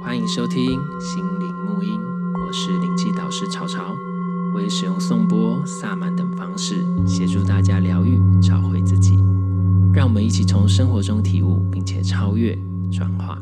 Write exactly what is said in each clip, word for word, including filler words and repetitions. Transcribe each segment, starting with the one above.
欢迎收听心灵牧音，我是灵气导师潮潮，我也使用颂钵、萨满等方式协助大家疗愈、找回自己。让我们一起从生活中体悟，并且超越、转化。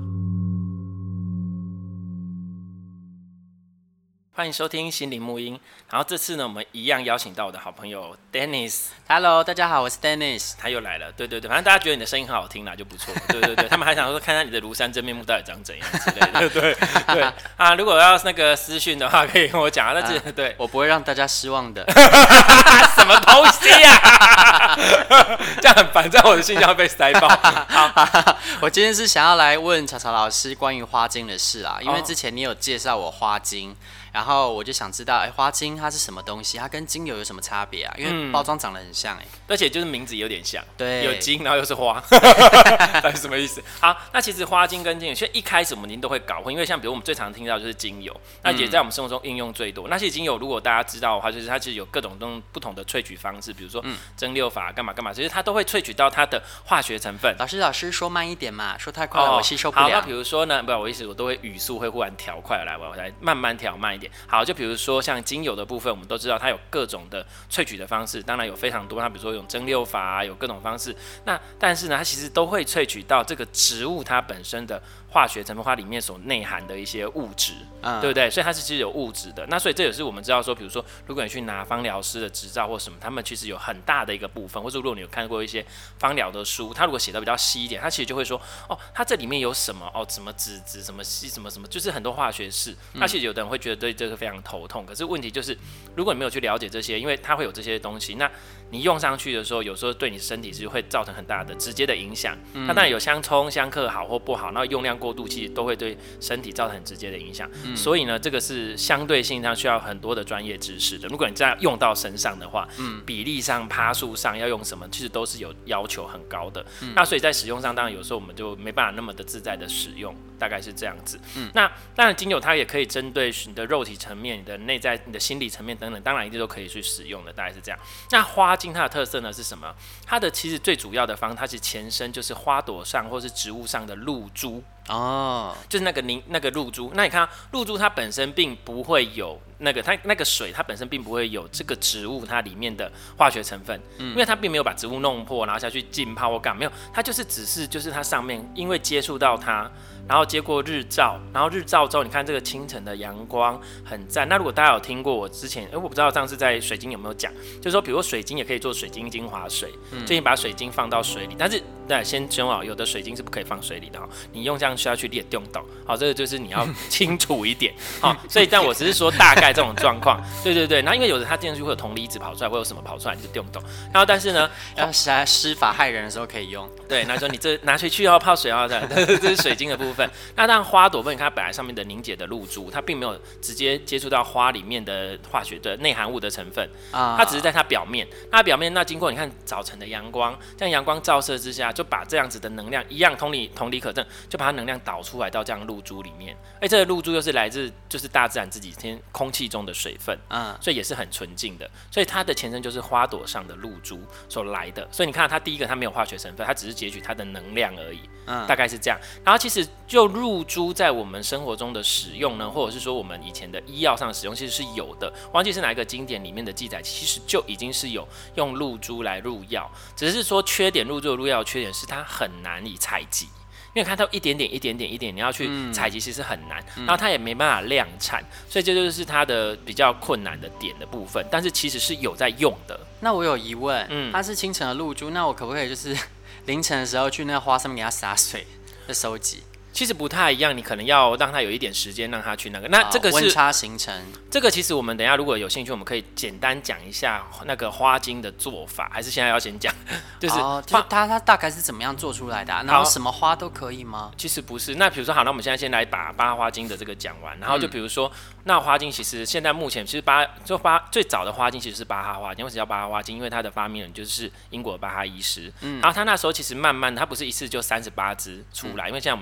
欢迎收听心灵牧音。然后这次呢，我们一样邀请到我的好朋友 Dennis。Hello， 大家好，我是 Dennis。 他又来了，对对对，反正大家觉得你的声音很好听啦，就不错。对对对，他们还想说看看你的庐山真面目到底长怎样之类的。对对啊，如果要那个私讯的话，可以跟我讲啊。那这、啊、对我不会让大家失望的。 什么东西啊？这样很烦，这样我的信箱会被塞爆。好， 我今天是想要来问潮潮老师关于花精的事啊，因为之前你有介绍我花精。然后我就想知道，哎，花精它是什么东西？它跟精油有什么差别啊？因为包装长得很像，哎、嗯， 而且就是名字有点像， 对， 有精，然后又是花，到底什么意思？好，那其实花精跟精油，其实一开始我们一定都会搞混，因为像比如我们最常听到就是精油，那也在我们生活中应用最多。嗯、那其实精油如果大家知道的话，就是它其实有各种不同的萃取方式，比如说蒸馏法干嘛干嘛，其实它都会萃取到它的化学成分。 老师，老师说慢一点嘛，说太快了、哦、我吸收不了。 好，那比如说呢，不好意思，我都会语速会忽然调快来，我来慢慢调慢一点。好，就比如说。说像精油的部分，我们都知道它有各种的萃取的方式，当然有非常多。它比如说用蒸馏法、啊，有各种方式。那但是呢，它其实都会萃取到这个植物它本身的化学成分，它里面所内含的一些物质，嗯、对不对？所以它是其实有物质的。那所以这也是我们知道说，比如说如果你去拿芳疗师的执照或什么，他们其实有很大的一个部分，或者如果你有看过一些芳疗的书，它如果写的比较细一点，它其实就会说，哦，它这里面有什么哦，什么脂质，什么硒，什么什么，就是很多化学式。那其实有的人会觉得对这个非常头痛。可是问题就是，如果你没有去了解这些，因为它会有这些东西，那你用上去的时候，有时候对你身体是会造成很大的直接的影响。嗯、那当然有相冲相克好或不好，那用量过度其实都会对身体造成很直接的影响。嗯、所以呢，这个是相对性上需要很多的专业知识的。如果你这样用到身上的话，嗯、比例上、趴数上要用什么，其实都是有要求很高的。嗯、那所以在使用上，当然有时候我们就没办法那么的自在的使用，大概是这样子。嗯、那当然精油它也可以针对你的肉体层面、你的内在、你的心理层面等等，当然一定都可以去使用的，大概是这样。那花精它的特色呢是什么？它的其实最主要的方，它是前身就是花朵上或是植物上的露珠哦，就是那个凝那个露珠。那你看露珠它本身并不会有那个它那个水，它本身并不会有这个植物它里面的化学成分，嗯、因为它并没有把植物弄破，然后下去浸泡或干嘛，没有，它就是只是就是它上面因为接触到它。然后接过日照，然后日照之后，你看这个清晨的阳光很赞。那如果大家有听过我之前，哎，我不知道上次在水晶有没有讲，就是说，比如说水晶也可以做水晶精华水，嗯、就你把水晶放到水里，但是对，先先哦，有的水晶是不可以放水里的哈，你用这样下去你也丢到，好，这个就是你要清楚一点，好，所以但我只是说大概这种状况，对对对。然后因为有的它电视会有铜离子跑出来，会有什么跑出来你就丢到，然后但是呢， 要施法害人的时候可以用， 对，那说你这拿回去要泡水啊，这这是水晶的部分。那当然花朵分，它本来上面的凝结的露珠，它并没有直接接触到花里面的化学的内含物的成分，啊、它只是在它表面。那表面那经过你看早晨的阳光，这样阳光照射之下，就把这样子的能量一样同理同理可证，就把它能量导出来到这样露珠里面。哎，这个露珠又是来自就是大自然自己天空气中的水分，啊、所以也是很纯净的。所以它的前身就是花朵上的露珠所来的。所以你看它第一个它没有化学成分，它只是截取它的能量而已，嗯、大概是这样。然后其实就露珠在我们生活中的使用呢，或者是说我们以前的医药上的使用，其实是有的。忘记是哪一个经典里面的记载，其实就已经是有用露珠来入药，只是说缺点露珠的入药的缺点是它很难以采集。因为看到一点点、一点点、一点，你要去采集其实很难，嗯、然后它也没办法量产，所以这就是它的比较困难的点的部分。但是其实是有在用的。 那我有疑问，嗯、它是清晨的露珠，那我可不可以就是凌晨的时候去那个花上面给它洒水的收集？ 其实不太一样，你可能要让它有一点时间让它去那个。那这个是温差形成。 这个其实我们等一下如果有兴趣，我们可以简单讲一下那个花精的做法，还是现在要先讲？就是、 哦、就是它它大概是怎么样做出来的、啊？然后什么花都可以吗？ 其实不是。那比如说好，那我们现在先来把八花精的这个讲完，然后就比如说、嗯、那花精其实现在目前其实八就八最早的花精其实是巴哈花精，为什么叫巴哈花精？因为它的发明人就是英国的巴哈医师。嗯、然后他那时候其实慢慢他不是一次就三十八支出来，嗯、因为现在我们最常看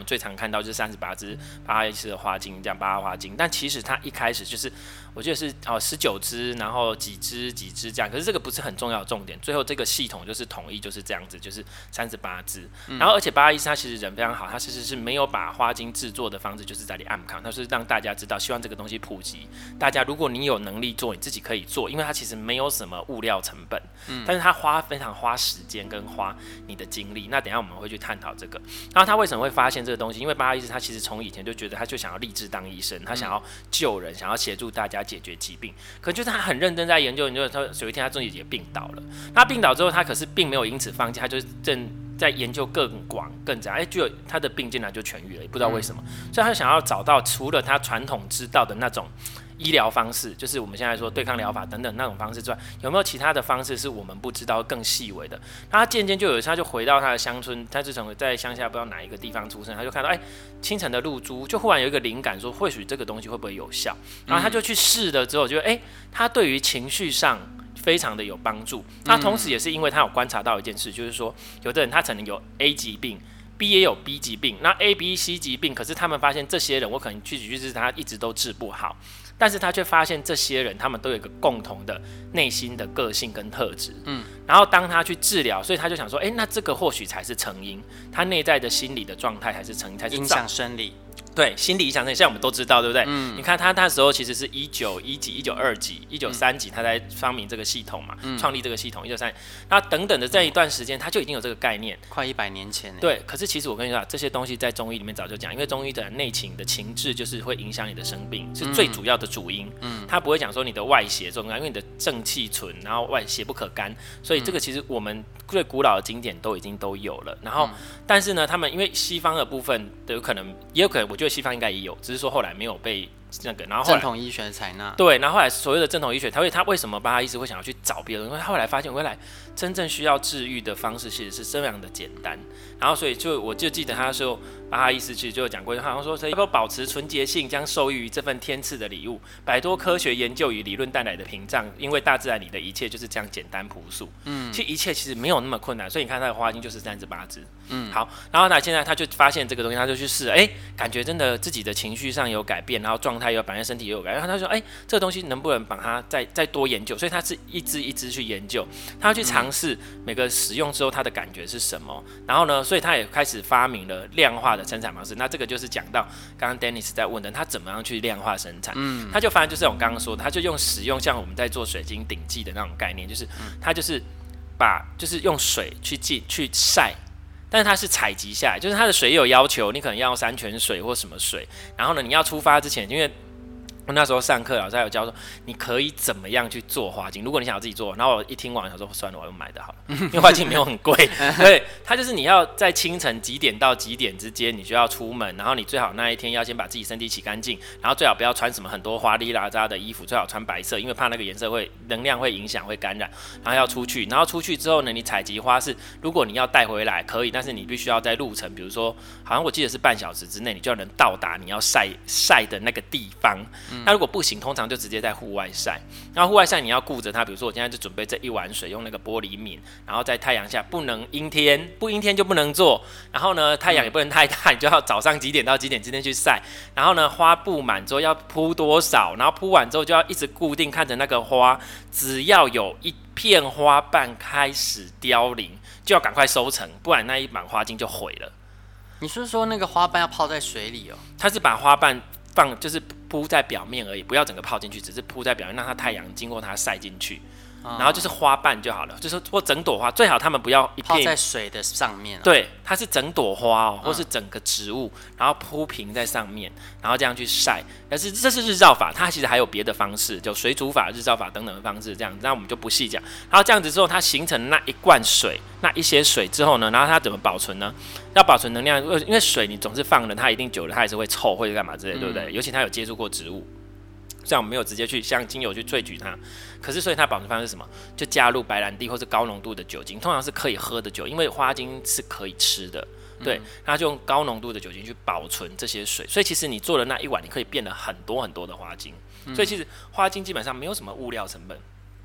看到就是三十八支巴哈伊斯的花精，这样巴哈花精。但其实它一开始就是我记得是哦十九支，然后几支几支这样。可是这个不是很重要的重点，最后这个系统就是统一就是这样子，就是三十八支。嗯、然后而且巴哈伊斯他其实人非常好，他其实是没有把花精制作的方式就是在里暗扛，他是让大家知道，希望这个东西普及。大家如果你有能力做，你自己可以做，因为它其实没有什么物料成本，嗯、但是它花非常花时间跟花你的精力。那等一下我们会去探讨这个。然后他为什么会发现这个东西？因为巴哈伊斯他其实从以前就觉得他就想要立志当医生，他想要救人，想要协助大家解决疾病。可就是他很认真在研究，研究他有一天他终于也病倒了。那病倒之后，他可是并没有因此放弃，他就是正在研究更广更怎样，哎，就他的病竟然就痊愈了，也不知道为什么。所以他想要找到除了他传统知道的那种医疗方式，就是我们现在说对抗疗法等等那种方式之外，有没有其他的方式是我们不知道更细微的？那他渐渐就有一次，他就回到他的乡村，他是从在乡下不知道哪一个地方出生，他就看到哎清晨的露珠，就忽然有一个灵感，说或许这个东西会不会有效？然后他就去试了之后，觉得哎，他对于情绪上非常的有帮助。那同时也是因为他有观察到一件事，就是说有的人他可能有 A 疾病。B 也有 B 疾病，那 A、B、C 疾病，可是他们发现这些人，我可能去去治他一直都治不好，但是他却发现这些人他们都有一个共同的内心的个性跟特质，嗯，然后当他去治疗，所以他就想说，哎、欸，那这个或许才是成因，他内在的心理的状态才是成因，才是影响生理。 对，心理影响生理，像我们都知道，对不对？嗯、你看他那时候其实是一九一几、一九二几、一九三几，他在发明这个系统嘛，创、嗯、立这个系统，一九三，那等等的这一段时间，他就已经有这个概念， 快一百年前。 对，可是其实我跟你说，这些东西在中医里面早就讲，因为中医的内情的情志就是会影响你的生病，是最主要的主因。嗯，他不会讲说你的外邪重要，因为你的正气存，然后外邪不可干，所以这个其实我们最古老的经典都已经都有了。然后，嗯、但是呢，他们因为西方的部分有可能，也有可能，我觉得西方应该也有。只是说后来没有被那个，然后后来正统医学采纳。 对，然后后来所谓的正统医学，他会他为什么巴哈伊斯会想要去找别人？因为他后来发现，未来真正需要治愈的方式其实是这样的简单。然后所以就我就记得他的时候，巴哈伊斯其实就有讲过，好像说要不要保持纯洁性，将受益于这份天赐的礼物，摆脱科学研究与理论带来的屏障，因为大自然里的一切就是这样简单朴素。嗯，其实一切其实没有那么困难。所以你看他的花精就是三十八支。嗯，好，然后呢，现在他就发现这个东西，他就去试，哎，感觉真的自己的情绪上有改变，然后状态有改变，身体也有改变。然后他说，哎，这个东西能不能把它再再多研究？所以他是一支一支去研究，他要去尝试每个使用之后他的感觉是什么。然后呢，所以他也开始发明了量化的生产方式。那这个就是讲到刚刚 Dennis 在问的，他怎么样去量化生产？嗯，他就发现就是我刚刚说的，他就用使用像我们在做水晶顶剂的那种概念，就是他就是把就是用水去浸去晒。但是它是采集下来，就是它的水有要求，你可能要山泉水或什么水，然后呢，你要出发之前，因为我那时候上课，老师还有教说，你可以怎么样去做花精。如果你想要自己做，然后我一听完，想说算了，我又买的好了，因为花精没有很贵。对，它就是你要在清晨几点到几点之间，你就要出门，然后你最好那一天要先把自己身体洗干净，然后最好不要穿什么很多花里拉扎的衣服，最好穿白色，因为怕那个颜色会能量会影响会感染。然后要出去，然后出去之后呢，你采集花是，如果你要带回来可以，但是你必须要在路程，比如说好像我记得是半小时之内，你就要能到达你要晒晒的那个地方。那如果不行，通常就直接在户外晒。然后户外晒你要顾着它，比如说我现在就准备这一碗水，用那个玻璃皿，然后在太阳下，不能阴天，不阴天就不能做。然后呢，太阳也不能太大，你就要早上几点到几点之间去晒。然后呢，花布满之后要铺多少，然后铺完之后就要一直固定看着那个花，只要有一片花瓣开始凋零，就要赶快收成，不然那一满花茎就毁了。 你是说那个花瓣要泡在水里哦？ 它是把花瓣放就是铺在表面而已，不要整个泡进去，只是铺在表面，让它太阳经过它晒进去，哦、然后就是花瓣就好了，就是或整朵花，最好他们不要一片泡在水的上面、啊。 对，它是整朵花哦，或是整个植物，然后铺平在上面，然后这样去晒。但是这是日照法，它其实还有别的方式，就水煮法、日照法等等的方式，这样，那我们就不细讲。然后这样子之后，它形成那一罐水，那一些水之后呢，然后它怎么保存呢？要保存能量，因为水你总是放了，它一定久了它还是会臭，会干嘛之类，对不对？嗯、尤其它有接触过植物。虽然我们没有直接去像精油去萃取它，可是所以它保存方式是什么？就加入白兰地或是高浓度的酒精，通常是可以喝的酒，因为花精是可以吃的，对，那就用高浓度的酒精去保存这些水，所以其实你做的那一碗，你可以变了很多很多的花精，所以其实花精基本上没有什么物料成本。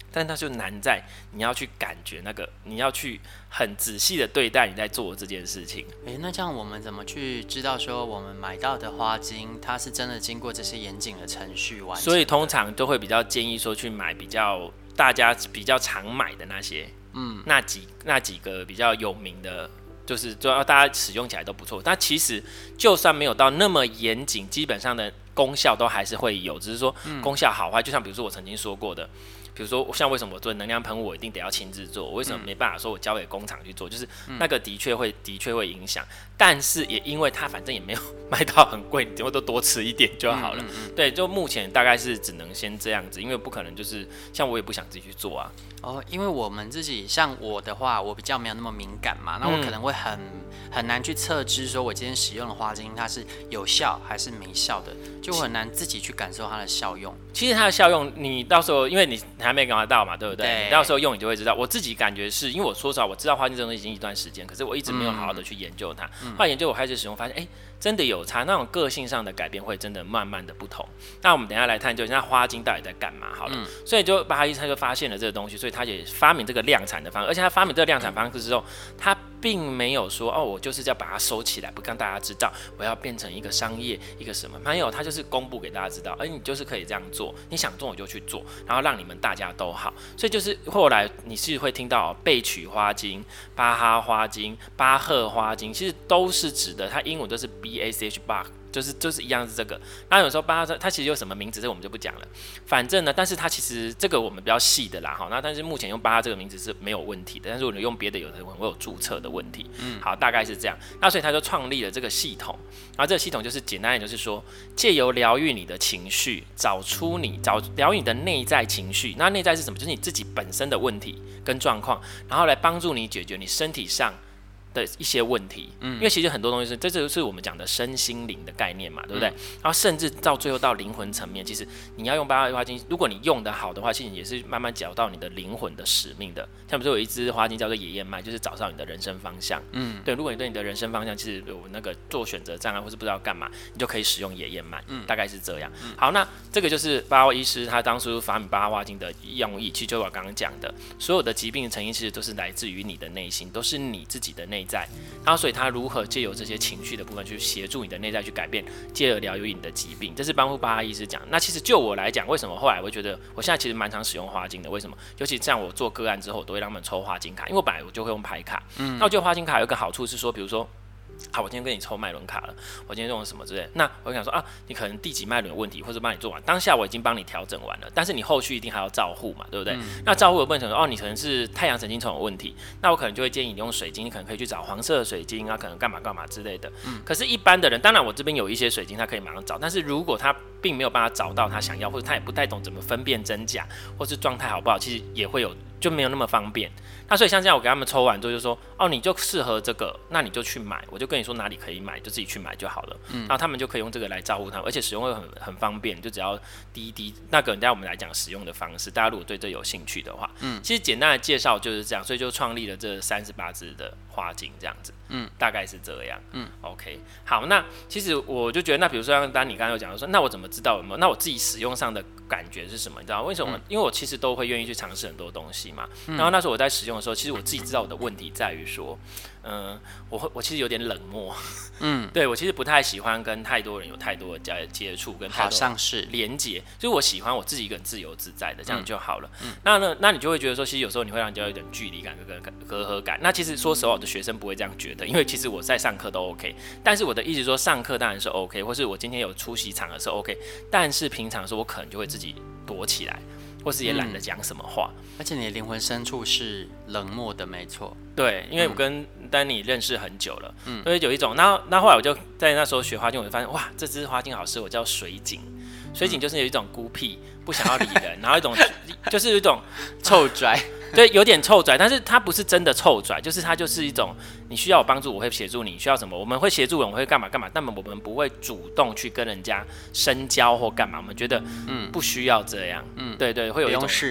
但它就难在你要去感觉那个，你要去很仔细的对待你在做这件事情。 哎、欸，那这样我们怎么去知道说我们买到的花精，它是真的经过这些严谨的程序完成的？ 所以通常都会比较建议说去买比较大家比较常买的那些，嗯，那几那几个比较有名的。就是就要大家使用起来都不错，但其实就算没有到那么严谨，基本上的功效都还是会有，只是说功效好坏。就像比如说我曾经说过的，比如说像为什么我做能量喷雾，我一定得要亲自做，我为什么没办法说我交给工厂去做？就是那个的确会的确会影响，但是也因为它反正也没有卖到很贵，你就都多吃一点就好了。嗯嗯嗯对，就目前大概是只能先这样子，因为不可能就是像我也不想自己去做啊。 哦，因为我们自己像我的话，我比较没有那么敏感嘛，那我可能会很很难去测知，说我今天使用的花精它是有效还是没效的，就很难自己去感受它的效用。 其实它的效用，你到时候因为你还没感觉到嘛，对不对？ 对， 你到时候用你就会知道。我自己感觉是因为我说实话，我知道花精这种东西已经一段时间，可是我一直没有好好的去研究它。嗯、后来研究我开始使用，发现哎。欸真的有差，那种个性上的改变会真的慢慢的不同。那我们等一下来探究一下花精到底在干嘛好了。嗯、所以就巴哈医生就发现了这个东西，所以他也发明这个量产的方式，而且他发明这个量产方式之后，他并没有说哦，我就是要把它收起来，不让大家知道，我要变成一个商业一个什么，没有，他就是公布给大家知道，而你就是可以这样做，你想做我就去做，然后让你们大家都好。所以就是后来你是会听到、哦、贝曲花精、巴哈花精、巴赫花精，其实都是指的，它英文都是 B A C H B A C。就是就是一样是这个，那有时候巴哈它其实有什么名字，这个我们就不讲了。反正呢，但是它其实这个我们比较细的啦，哈。那但是目前用巴哈这个名字是没有问题的，但是如果你用别的，有的人会有注册的问题。嗯，好，大概是这样。那所以他就创立了这个系统，然后这个系统就是简单的，就是说借由疗愈你的情绪，找出你找疗愈你的内在情绪。那内在是什么？就是你自己本身的问题跟状况，然后来帮助你解决你身体上的一些问题，嗯，因为其实很多东西是，这就是我们讲的身心灵的概念嘛，对不对？嗯、然后甚至到最后到灵魂层面，其实你要用巴哈花精，如果你用得好的话，其实也是慢慢找到你的灵魂的使命的。像比如说有一支花精叫做野燕麦，就是找到你的人生方向，嗯，对。如果你对你的人生方向其实有那个做选择障碍，或是不知道干嘛，你就可以使用野燕麦，嗯，大概是这样。嗯、好，那这个就是巴哈医师他当初发明巴哈花精的用意，其实就我刚刚讲的，所有的疾病的成因其实都是来自于你的内心，都是你自己的内在。然后，所以他如何借由这些情绪的部分去协助你的内在去改变，借而疗愈你的疾病，这是帮助巴哈医师讲。那其实就我来讲，为什么后来我觉得我现在其实蛮常使用花精的？为什么？尤其像我做个案之后，我都会让他们抽花精卡，因为我本来我就会用牌卡。嗯，那我觉得花精卡有一个好处是说，比如说。好，我今天跟你抽脉轮卡了，我今天用了什么之类的，那我想说啊，你可能第几脉轮有问题，或者帮你做完，当下我已经帮你调整完了，但是你后续一定还要照护嘛，对不对？嗯、那照护的部分说，哦，你可能是太阳神经丛有问题，那我可能就会建议你用水晶，你可能可以去找黄色的水晶啊，可能干嘛干嘛之类的。嗯、可是，一般的人，当然我这边有一些水晶，他可以马上找，但是如果他并没有办法找到他想要，或者他也不太懂怎么分辨真假，或是状态好不好，其实也会有就没有那么方便。那所以像这样，我给他们抽完之后就说，哦，你就适合这个，那你就去买，我就跟你说哪里可以买，就自己去买就好了。嗯，然后他们就可以用这个来照顾他们，而且使用会很很方便，就只要滴一滴。那个，等一下我们来讲使用的方式，大家如果对这有兴趣的话，嗯，其实简单的介绍就是这样，所以就创立了这三十八支的花精这样子，嗯，大概是这样，嗯 ，OK， 好，那其实我就觉得，那比如说像丹你刚刚有讲说，那我怎么知道有没有？那我自己使用上的感觉是什么？你知道为什么？嗯、因为我其实都会愿意去尝试很多东西嘛。嗯、然后那时候我在使用的时候，其实我自己知道我的问题在于说，嗯、呃，我我其实有点冷漠，嗯，对我其实不太喜欢跟太多人有太多的接触，跟太多的连结，就是我喜欢我自己一个人自由自在的，这样就好了。嗯、那呢，那你就会觉得说，其实有时候你会让人家有点距离感跟隔阂感。那其实说实话，我的学生不会这样觉得，因为其实我在上课都 OK， 但是我的意思说，上课当然是 OK， 或是我今天有出席场合是 OK， 但是平常的时候我可能就会自己躲起来，或是也懒得讲什么话、 嗯。而且你的灵魂深处是冷漠的，没错。 对，因为我跟丹尼认识很久了，嗯，所以有一种，那那后来我就在那时候学花精，我就发现哇，这支花精好适合我叫水井。水井就是有一种孤僻，不想要理人，然后一种就是有一种臭拽。 对，有点臭拽，但是它不是真的臭拽，就是它就是一种你需要我帮助，我会协助你；需要什么，我们会协助人，我会干嘛干嘛。但我们不会主动去跟人家深交或干嘛，我们觉得嗯不需要这样，嗯，对对，会有一种不用示好。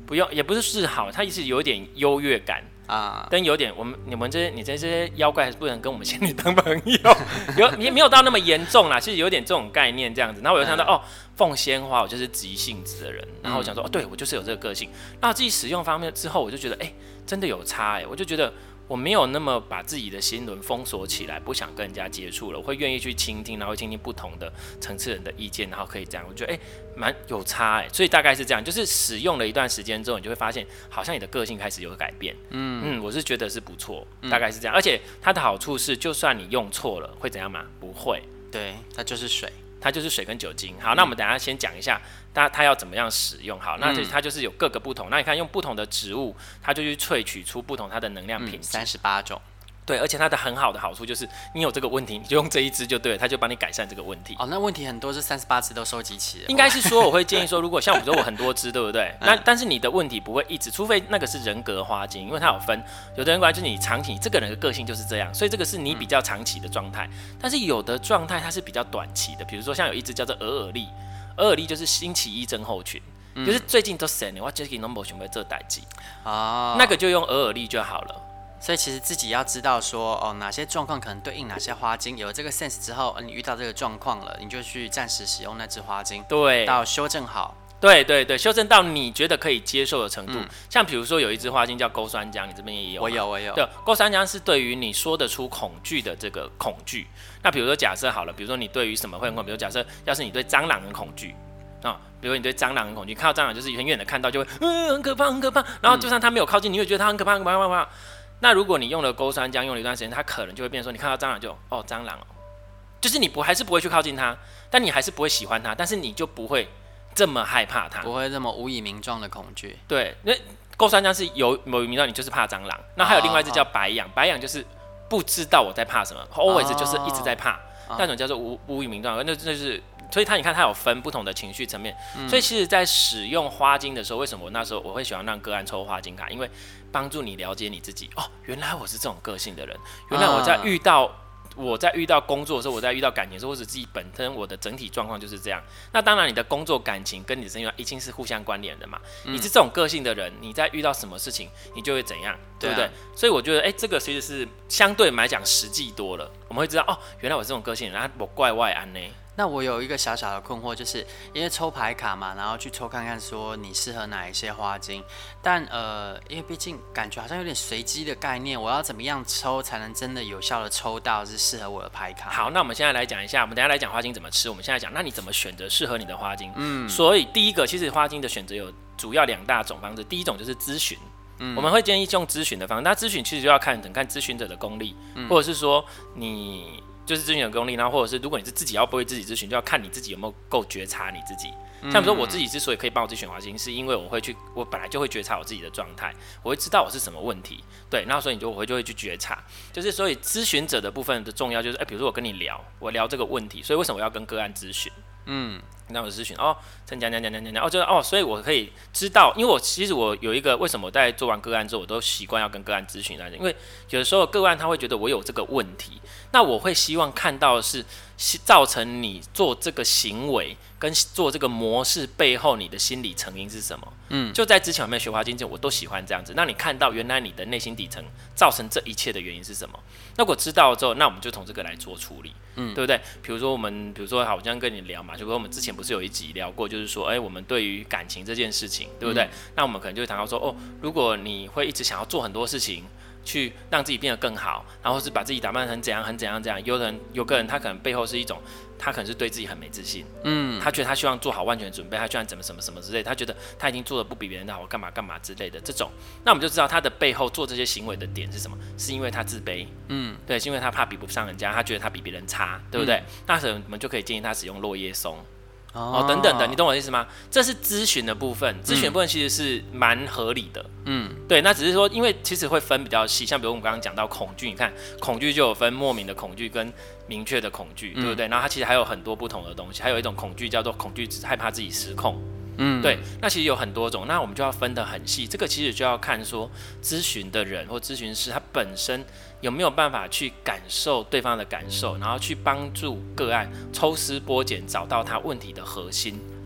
不用，也不是示好，它是有点优越感。啊，但有点，我们你们这些你这些妖怪还是不能跟我们仙女当朋友，有也没有到那么严重啦，其实有点这种概念这样子。然后我就想到，嗯、哦，凤仙花我就是急性子的人，然后我想说，哦，对我就是有这个个性。那我自己使用方面之后，我就觉得，哎、欸，真的有差哎、欸，我就觉得我没有那么把自己的心轮封锁起来，不想跟人家接触了，我会愿意去倾听，然后听听不同的层次人的意见，然后可以这样，我觉得哎，蛮、欸、有差哎、欸，所以大概是这样，就是使用了一段时间之后，你就会发现，好像你的个性开始有改变，嗯嗯，我是觉得是不错，大概是这样，而且它的好处是，就算你用错了，会怎样吗？不会， 对，它就是水。 它就是水跟酒精。好，那我们等一下先讲一下它它要怎么样使用。好，那它就是有各个不同。那你看用不同的植物，它就去萃取出不同它的能量品质。 三十八种。 对，而且它的很好的好处就是，你有这个问题，你就用这一支就对了，它就帮你改善这个问题。 哦，那问题很多是三十八支都收集齐了。 应该是说，我会建议说，如果像我说我很多支，对不对？那但是你的问题不会一直，除非那个是人格花精，因为它有分，有的人过来就是你长期，这个人的个性就是这样，所以这个是你比较长期的状态。但是有的状态它是比较短期的，比如说像有一支叫做额尔利，额尔利就是星期一症候群。嗯、就是最近都神了，我最近都没想要做代志，哦，那个就用额尔利就好了。 所以其实自己要知道说，哦，哪些状况可能对应哪些花精，有了这个 sense 之后，你遇到这个状况了，你就去暂时使用那支花精， 对， 到修正好。 对对对，修正到你觉得可以接受的程度。嗯、像比如说有一支花精叫钩酸浆，你这边也有。 我有，我有。 对，钩酸浆是对于你说得出恐惧的这个恐惧。那比如说假设好了，比如说你对于什么会很恐惧，比如假设要是你对蟑螂很恐惧。哦、比如你对蟑螂很恐惧，看到蟑螂就是远远的看到就会，嗯，很可怕，很可怕。然后就算它没有靠近，你会觉得它很可怕，很可怕，很可怕。那如果你用了钩酸浆，用了一段时间，它可能就会变成说，你看到蟑螂就，哦，蟑螂哦，就是你不还是不会去靠近它，但你还是不会喜欢它，但是你就不会这么害怕它， 不会这么无以名状的恐惧。 对，因为钩酸浆是有某一名状，你就是怕蟑螂。那还有另外一只叫白痒，白痒就是不知道我在怕什么 ，always 就是一直在怕，那种叫做无无以名状，那那就是。所以它你看它有分不同的情绪层面，嗯、所以其实，在使用花精的时候，为什么我那时候我会喜欢让个案抽花精卡？因为帮助你了解你自己。哦，原来我是这种个性的人，原来我在遇到、啊、我在遇到工作的时候，我在遇到感情的时候，或者自己本身我的整体状况就是这样。那当然，你的工作感情跟你的生活已经是互相关联的嘛。嗯、你是这种个性的人，你在遇到什么事情，你就会怎样，对不对？对啊、所以我觉得，哎、欸，这个其实是相对来讲实际多了。我们会知道，哦，原来我是这种个性的人，我怪外安呢。 那我有一个小小的困惑，就是因为抽牌卡嘛，然后去抽看看说你适合哪一些花精，但呃，因为毕竟感觉好像有点随机的概念，我要怎么样抽才能真的有效的抽到是适合我的牌卡？ 好，那我们现在来讲一下，我们等一下来讲花精怎么吃。我们现在讲，那你怎么选择适合你的花精？嗯，所以第一个，其实花精的选择有主要两大种方式，第一种就是咨询。嗯、我们会建议用咨询的方式，那咨询其实就要看等看咨询者的功力，嗯、或者是说你。就是咨询的功力，然后或者是如果你是自己要不会自己咨询，就要看你自己有没有够觉察你自己。像比如说我自己之所以可以帮我自己选花精，是因为我会去，我本来就会觉察我自己的状态，我会知道我是什么问题，对，然后所以你就我会就会去觉察，就是所以咨询者的部分的重要就是，哎、欸，比如说我跟你聊，我聊这个问题，所以为什么我要跟个案咨询？嗯。那我咨询哦，讲讲讲讲讲讲，哦，就是哦，所以我可以知道，因为我其实我有一个为什么我在做完个案之后，我都习惯要跟个案咨询来着，因为有的时候个案他会觉得我有这个问题，那我会希望看到的是造成你做这个行为跟做这个模式背后你的心理成因是什么。嗯，就在之前我没有学花精之前，我都喜欢这样子，让你看到原来你的内心底层造成这一切的原因是什么。那我知道了之后，那我们就从这个来做处理，嗯，对不对？比如说我们，比如说好，我这样跟你聊嘛，就跟我们之前不是有一集聊过，就是说，哎、欸，我们对于感情这件事情，对不对？嗯、那我们可能就会谈到说，哦，如果你会一直想要做很多事情，去让自己变得更好，然后是把自己打扮成怎样、很怎样、怎样。有人有个人他可能背后是一种，他可能是对自己很没自信，嗯，他觉得他希望做好万全的准备，他居然怎么什么什么之类的，他觉得他已经做的不比别人好，干嘛干嘛之类的这种，那我们就知道他的背后做这些行为的点是什么，是因为他自卑，嗯，对，是因为他怕比不上人家，他觉得他比别人差，对不对？嗯、那时候我们就可以建议他使用落叶松。哦，等等的，你懂我的意思吗？这是咨询的部分，咨询的部分其实是蛮合理的，嗯，对。那只是说，因为其实会分比较细，像比如我们刚刚讲到恐惧，你看恐惧就有分莫名的恐惧跟明确的恐惧，对不对？然后它其实还有很多不同的东西，还有一种恐惧叫做恐惧，害怕自己失控。嗯，对，那其实有很多种，那我们就要分得很细。这个其实就要看说咨询的人或咨询师他本身有没有办法去感受对方的感受，然后去帮助个案抽丝剥茧，找到他问题的核心。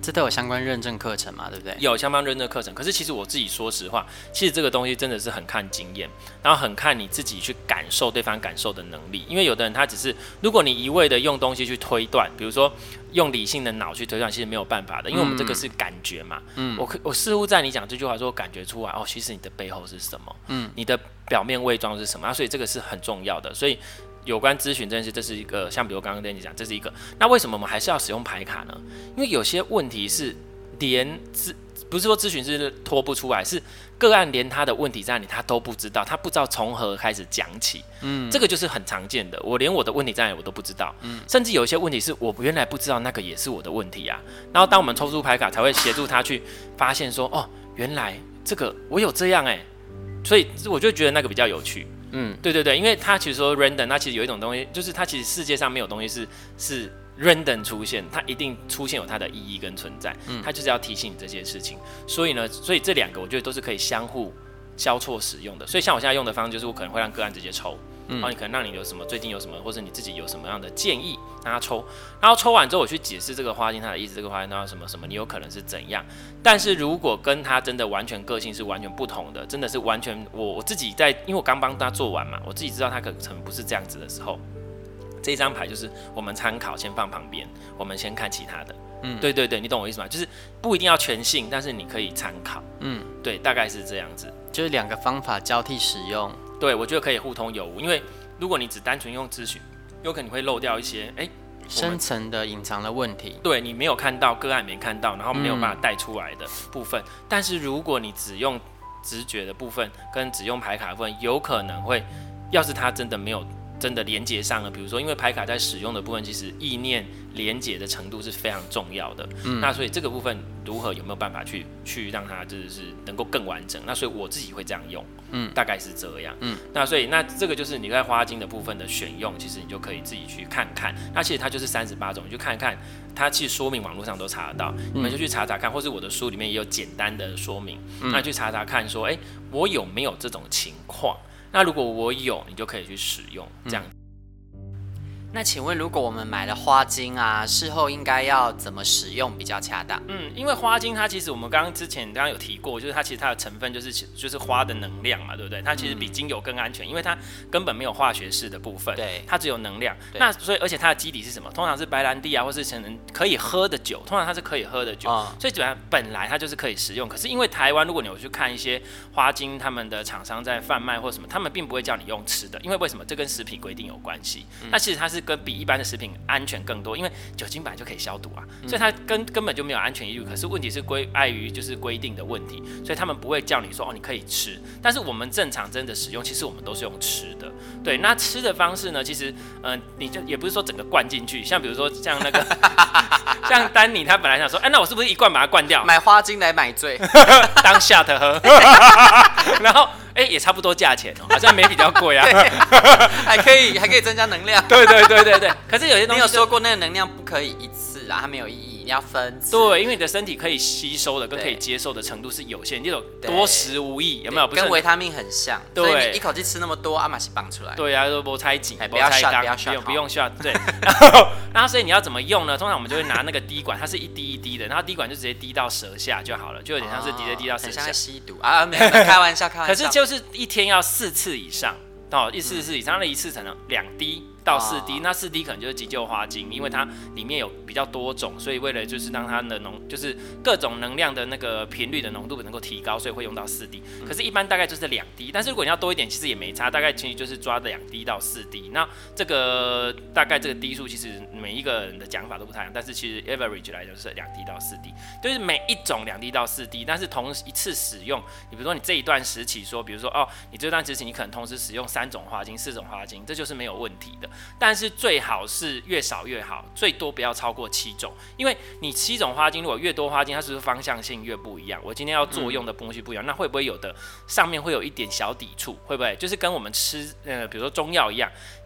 这都有相关认证课程嘛，对不对？ 有相关认证课程，可是其实我自己说实话，其实这个东西真的是很看经验，然后很看你自己去感受对方感受的能力。因为有的人他只是，如果你一味的用东西去推断，比如说用理性的脑去推断，其实没有办法的，因为我们这个是感觉嘛。嗯，我我似乎在你讲这句话说，感觉出来哦，其实你的背后是什么？嗯，你的表面伪装是什么？啊，所以这个是很重要的。所以有关咨询这件事，这是一个像比如刚刚跟你讲，这是一个。那为什么我们还是要使用牌卡呢？因为有些问题是连咨不是说咨询师拖不出来，是个案连他的问题在哪里他都不知道，他不知道从何开始讲起。嗯，这个就是很常见的。我连我的问题在哪里我都不知道，嗯，甚至有一些问题是我原来不知道那个也是我的问题啊。然后当我们抽出牌卡，才会协助他去发现说，哦，原来这个我有这样哎、欸，所以我就觉得那个比较有趣。嗯，对对对，因为它其实说 random， 它其实有一种东西，就是它其实世界上没有东西是是 random 出现，它一定出现有它的意义跟存在，嗯，它就是要提醒你这些事情。所以呢，所以这两个我觉得都是可以相互交错使用的。所以像我现在用的方式，就是我可能会让个案直接抽，嗯，然后你可能让你有什么最近有什么，或者你自己有什么样的建议，让他抽，然后抽完之后我去解释这个花精它的意思，这个花精它什么什么，你有可能是怎样。但是如果跟他真的完全个性是完全不同的，真的是完全我我自己在，因为我刚帮他做完嘛，我自己知道他可能不是这样子的时候，这张牌就是我们参考，先放旁边，我们先看其他的。嗯，对对对，你懂我意思吗？就是不一定要全信，但是你可以参考。嗯，对，大概是这样子， 就是两个方法交替使用。 对，我觉得可以互通有无，因为如果你只单纯用咨询，有可能会漏掉一些哎。 深层的隐藏的问题， 对你没有看到，个案没看到，然后没有办法带出来的部分。嗯、但是如果你只用直觉的部分跟只用牌卡的部分，有可能会，要是他真的没有真的连接上了，比如说因为牌卡在使用的部分，其实意念连接的程度是非常重要的。嗯，那所以这个部分如何有没有办法去去让它就是能够更完整？那所以我自己会这样用。嗯，大概是这样。嗯，那所以那这个就是你在花精的部分的选用，其实你就可以自己去看看。那其实它就是三十八种，你去看看，它其实说明网络上都查得到，嗯、你们就去查查看，或是我的书里面也有简单的说明，嗯、那去查查看说，哎、欸，我有没有这种情况？那如果我有，你就可以去使用这样。嗯那请问，如果我们买了花精啊，事后应该要怎么使用比较恰当？ 嗯，因为花精它其实我们刚刚之前刚刚有提过，就是它其实它的成分就是就是花的能量嘛，对不对？它其实比精油更安全，因为它根本没有化学式的部分， 对， 它只有能量。那所以而且它的基底是什么？通常是白兰地啊，或是可能可以喝的酒，通常它是可以喝的酒，哦、所以主要本来它就是可以食用。可是因为台湾，如果你有去看一些花精，他们的厂商在贩卖或什么，他们并不会叫你用吃的，因为为什么？这跟食品规定有关系。嗯、那其实它是跟比一般的食品安全更多，因为酒精本来就可以消毒啊，所以它根根本就没有安全疑虑。可是问题是归碍于就是规定的问题，所以他们不会叫你说哦你可以吃。但是我们正常真的使用，其实我们都是用吃的。对，那吃的方式呢，其实嗯、呃，你就也不是说整个灌进去，像比如说像那个像丹尼他本来想说，哎、欸，那我是不是一罐把它灌掉？ 买花精来买醉， 当shot喝，然后。哎、欸，也差不多价钱哦、喔，好像没比较贵啊， 还可以还可以增加能量。 对对对对对，可是有些东西你有说过那个能量不可以一次啊，它没有意义，你要分次。 对，因为你的身体可以吸收的跟可以接受的程度是有限，这种多食无益，有没有？ 跟维他命很像，所以你一口气吃那么多，阿玛西绑出来。 对啊，都不拆紧， 不要 shot， 不要 shot， 不用 shot。对，然后然后所以你要怎么用呢？通常我们就会拿那个滴管，它是一滴一滴的，然后滴管就直接滴到舌下就好了，就有点像是直接滴到舌下。 很像吸毒啊，没有，开玩笑，开玩笑。可是就是一天要四次以上，哦，一四次以上，那一次可能两滴到四滴，那四滴可能就是急救花精，因为它里面有比较多种，所以为了就是让它的浓，就是各种能量的那个频率的浓度能够提高，所以会用到四滴。可是，一般大概就是两滴，但是如果你要多一点，其实也没差，大概其实就是抓两滴到四滴。那这个大概这个滴数，其实每一个人的讲法都不太一样，但是其实 average 来讲是两滴到四滴，就是每一种两滴到四滴，但是同一次使用，你比如说你这一段时期说，比如说哦，你这段时期你可能同时使用三种花精、四种花精，这就是没有问题的。但是最好是越少越好，最多不要超过七种，因为你七种花精如果越多花精，它是不是方向性越不一样？我今天要作用的东西不一样，那会不会有的上面会有一点小抵触？会不会就是跟我们吃呃，比如说中药一样，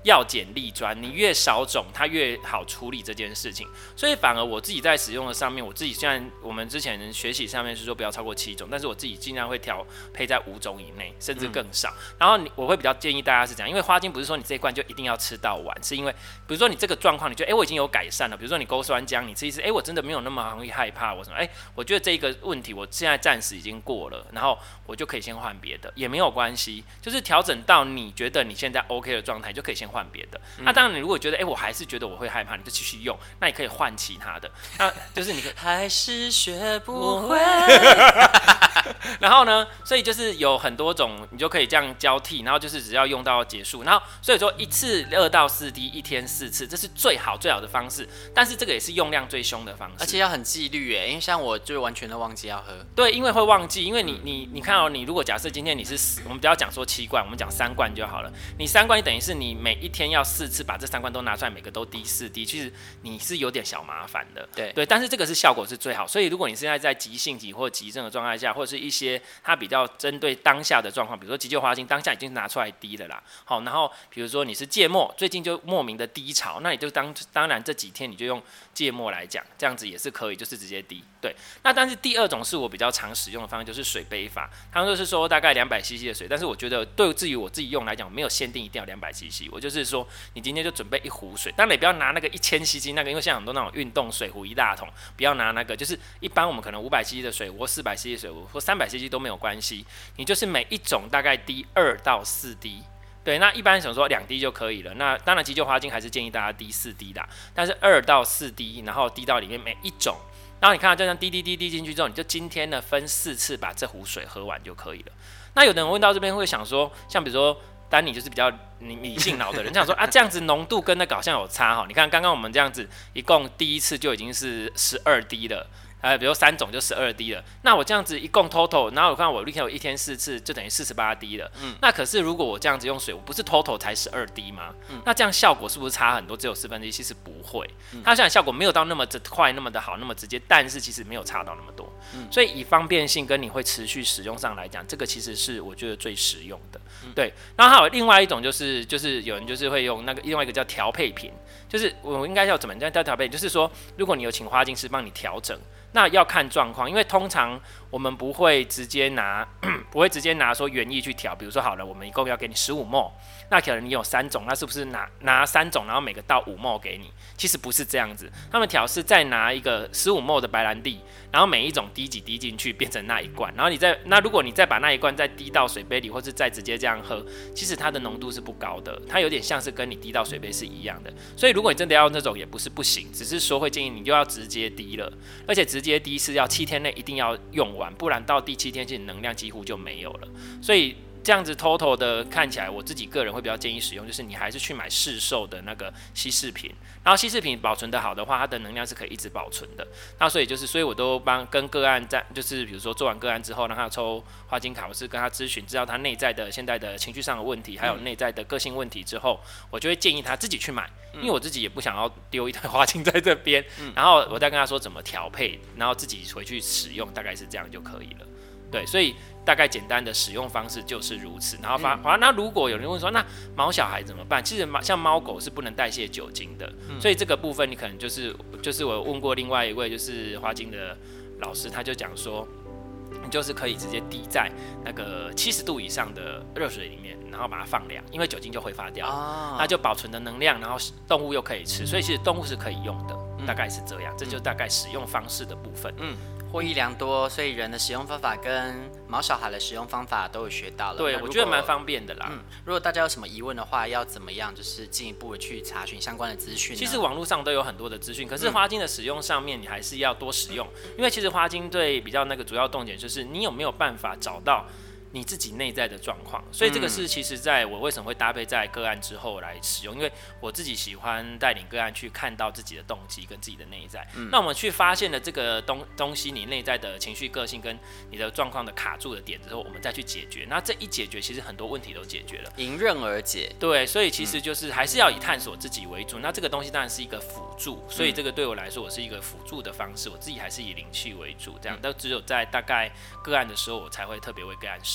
要简利专，你越少种，它越好处理这件事情。所以反而我自己在使用的上面，我自己虽然我们之前学习上面是说不要超过七种，但是我自己尽量会调配在五种以内，甚至更少。嗯、然后我会比较建议大家是这样，因为花精不是说你这一罐就一定要吃到完，是因为比如说你这个状况，你觉得哎、欸、我已经有改善了，比如说你勾酸浆，你吃一吃，哎、欸、我真的没有那么容易害怕，我什么哎、欸、我觉得这个问题我现在暂时已经过了，然后我就可以先换别的，也没有关系，就是调整到你觉得你现在 OK 的状态，就可以先换别的。嗯、那当然，你如果觉得哎、欸、我还是觉得我会害怕，你就继续用，那你可以换其他的。那就是你还是学不会。 然后呢，所以就是有很多种，你就可以这样交替，然后就是只要用到结束。然后所以说一次二到四滴，一天四次，这是最好最好的方式。但是这个也是用量最凶的方式， 而且要很纪律耶，因为像我就完全都忘记要喝。 对，因为会忘记，因为你你你看哦，你如果假设今天你是我们不要讲说七罐，我们讲三罐就好了。你三罐，你等于是你每一天要四次把这三罐都拿出来，每个都滴四滴，其实你是有点小麻烦的。 对对，但是这个是效果是最好。所以如果你现在在急性期或急症的状态下，或者是一些它比较针对当下的状况，比如说急救花精当下已经拿出来滴了啦，好，然后比如说你是芥末，最近就莫名的低潮，那你就当当然这几天你就用芥末来讲，这样子也是可以，就是直接滴。对，那但是第二种是我比较常使用的方式，就是水杯法，他们就是说大概两百 C C 的水，但是我觉得对至于我自己用来讲，我没有限定一定要两百 C C， 我就是说你今天就准备一壶水，当然你不要拿那个一千 C C 那个，因为像很多那种运动水壶一大桶，不要拿那个，就是一般我们可能五百 C C 的水壶或四百 C C 的水壶或三百 C C 都没有关系，你就是每一种大概滴二到四滴。对，那一般想说两滴就可以了。那当然急救花精还是建议大家滴四滴的，但是二到四滴，然后滴到里面每一种，然后你看到这样滴滴滴滴进去之后，你就今天呢分四次把这壶水喝完就可以了。那有的人问到这边会想说，像比如说丹尼就是比较理性脑的人，想说啊这样子浓度跟那个好像有差哈。你看刚刚我们这样子一共第一次就已经是十二滴了。呃，比如三种就十二滴了，那我这样子一共 total， 然后我看我一天有一天四次，就等于四十八滴了。嗯，那可是如果我这样子用水，我不是 total 才十二滴吗？嗯，那这样效果是不是差很多？只有四分之一？其实不会，嗯、它虽然效果没有到那么快、那么的好、那么直接，但是其实没有差到那么多。嗯，所以以方便性跟你会持续使用上来讲，这个其实是我觉得最实用的。嗯、对，然后还有另外一种就是就是有人就是会用那个另外一个叫调配品，就是我应该要怎么叫调配品？就是说如果你有请花精师帮你调整。那要看状况，因为通常我们不会直接拿，不会直接拿说原液去调。比如说好了，我们一共要给你十五 ml， 那可能你有三种，那是不是拿拿三种，然后每个倒五 ml 给你？其实不是这样子，他们调是再拿一个十五 ml 的白兰地，然后每一种滴几滴进去变成那一罐，然后你再那如果你再把那一罐再滴到水杯里，或是再直接这样喝，其实它的浓度是不高的，它有点像是跟你滴到水杯是一样的。所以如果你真的要那种也不是不行，只是说会建议你就要直接滴了，而且直接滴是要七天内一定要用完，不然到第七天其实能量几乎就没有了。所以这样子 total 的看起来，我自己个人会比较建议使用，就是你还是去买市售的那个稀释瓶，然后稀释瓶保存的好的话，它的能量是可以一直保存的。那所以就是，所以我都帮跟个案在，就是比如说做完个案之后，让他抽花精卡，我是跟他咨询，知道他内在的现在的情绪上的问题，还有内在的个性问题之后，我就会建议他自己去买，因为我自己也不想要丢一堆花精在这边，然后我再跟他说怎么调配，然后自己回去使用，大概是这样就可以了。对，所以大概简单的使用方式就是如此。然后发，嗯、那如果有人问说，那毛小孩怎么办？其实像猫狗是不能代谢酒精的，嗯、所以这个部分你可能就是就是我问过另外一位就是花精的老师，他就讲说，你就是可以直接滴在那个七十度以上的热水里面，然后把它放凉，因为酒精就挥发掉了，哦、那就保存的能量，然后动物又可以吃，所以其实动物是可以用的，嗯、大概是这样。这就大概使用方式的部分。嗯。 获益良多，所以人的使用方法跟毛小孩的使用方法都有学到了。 对，我觉得蛮方便的啦。 嗯，如果大家有什么疑问的话，要怎么样就是进一步的去查询相关的资讯？ 其实网络上都有很多的资讯，可是花精的使用上面，你还是要多使用，嗯、因为其实花精对比较那个主要重点就是你有没有办法找到你自己内在的状况，所以这个是其实在我为什么会搭配在个案之后来使用，因为我自己喜欢带领个案去看到自己的动机跟自己的内在。嗯、那我们去发现了这个东东西，你内在的情绪、个性跟你的状况的卡住的点之后，我们再去解决。那这一解决，其实很多问题都解决了， 迎刃而解。 对，所以其实就是还是要以探索自己为主。那这个东西当然是一个辅助，所以这个对我来说，我是一个辅助的方式。我自己还是以灵气为主，这样。但只有在大概个案的时候，我才会特别为个案使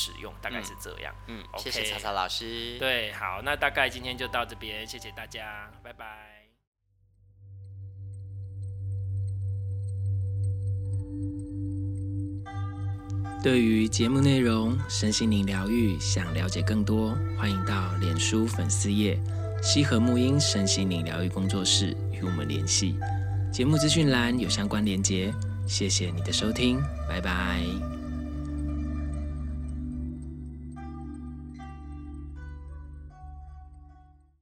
使用，大概是这样。 嗯，嗯 okay, 谢谢查查老师。 对，好，那大概今天就到这边，谢谢大家，拜拜。对于节目内容、身心灵疗愈，想了解更多，欢迎到脸书粉丝页西和沐音身心灵疗愈工作室与我们联系。节目资讯栏有相关连结。谢谢你的收听，拜拜。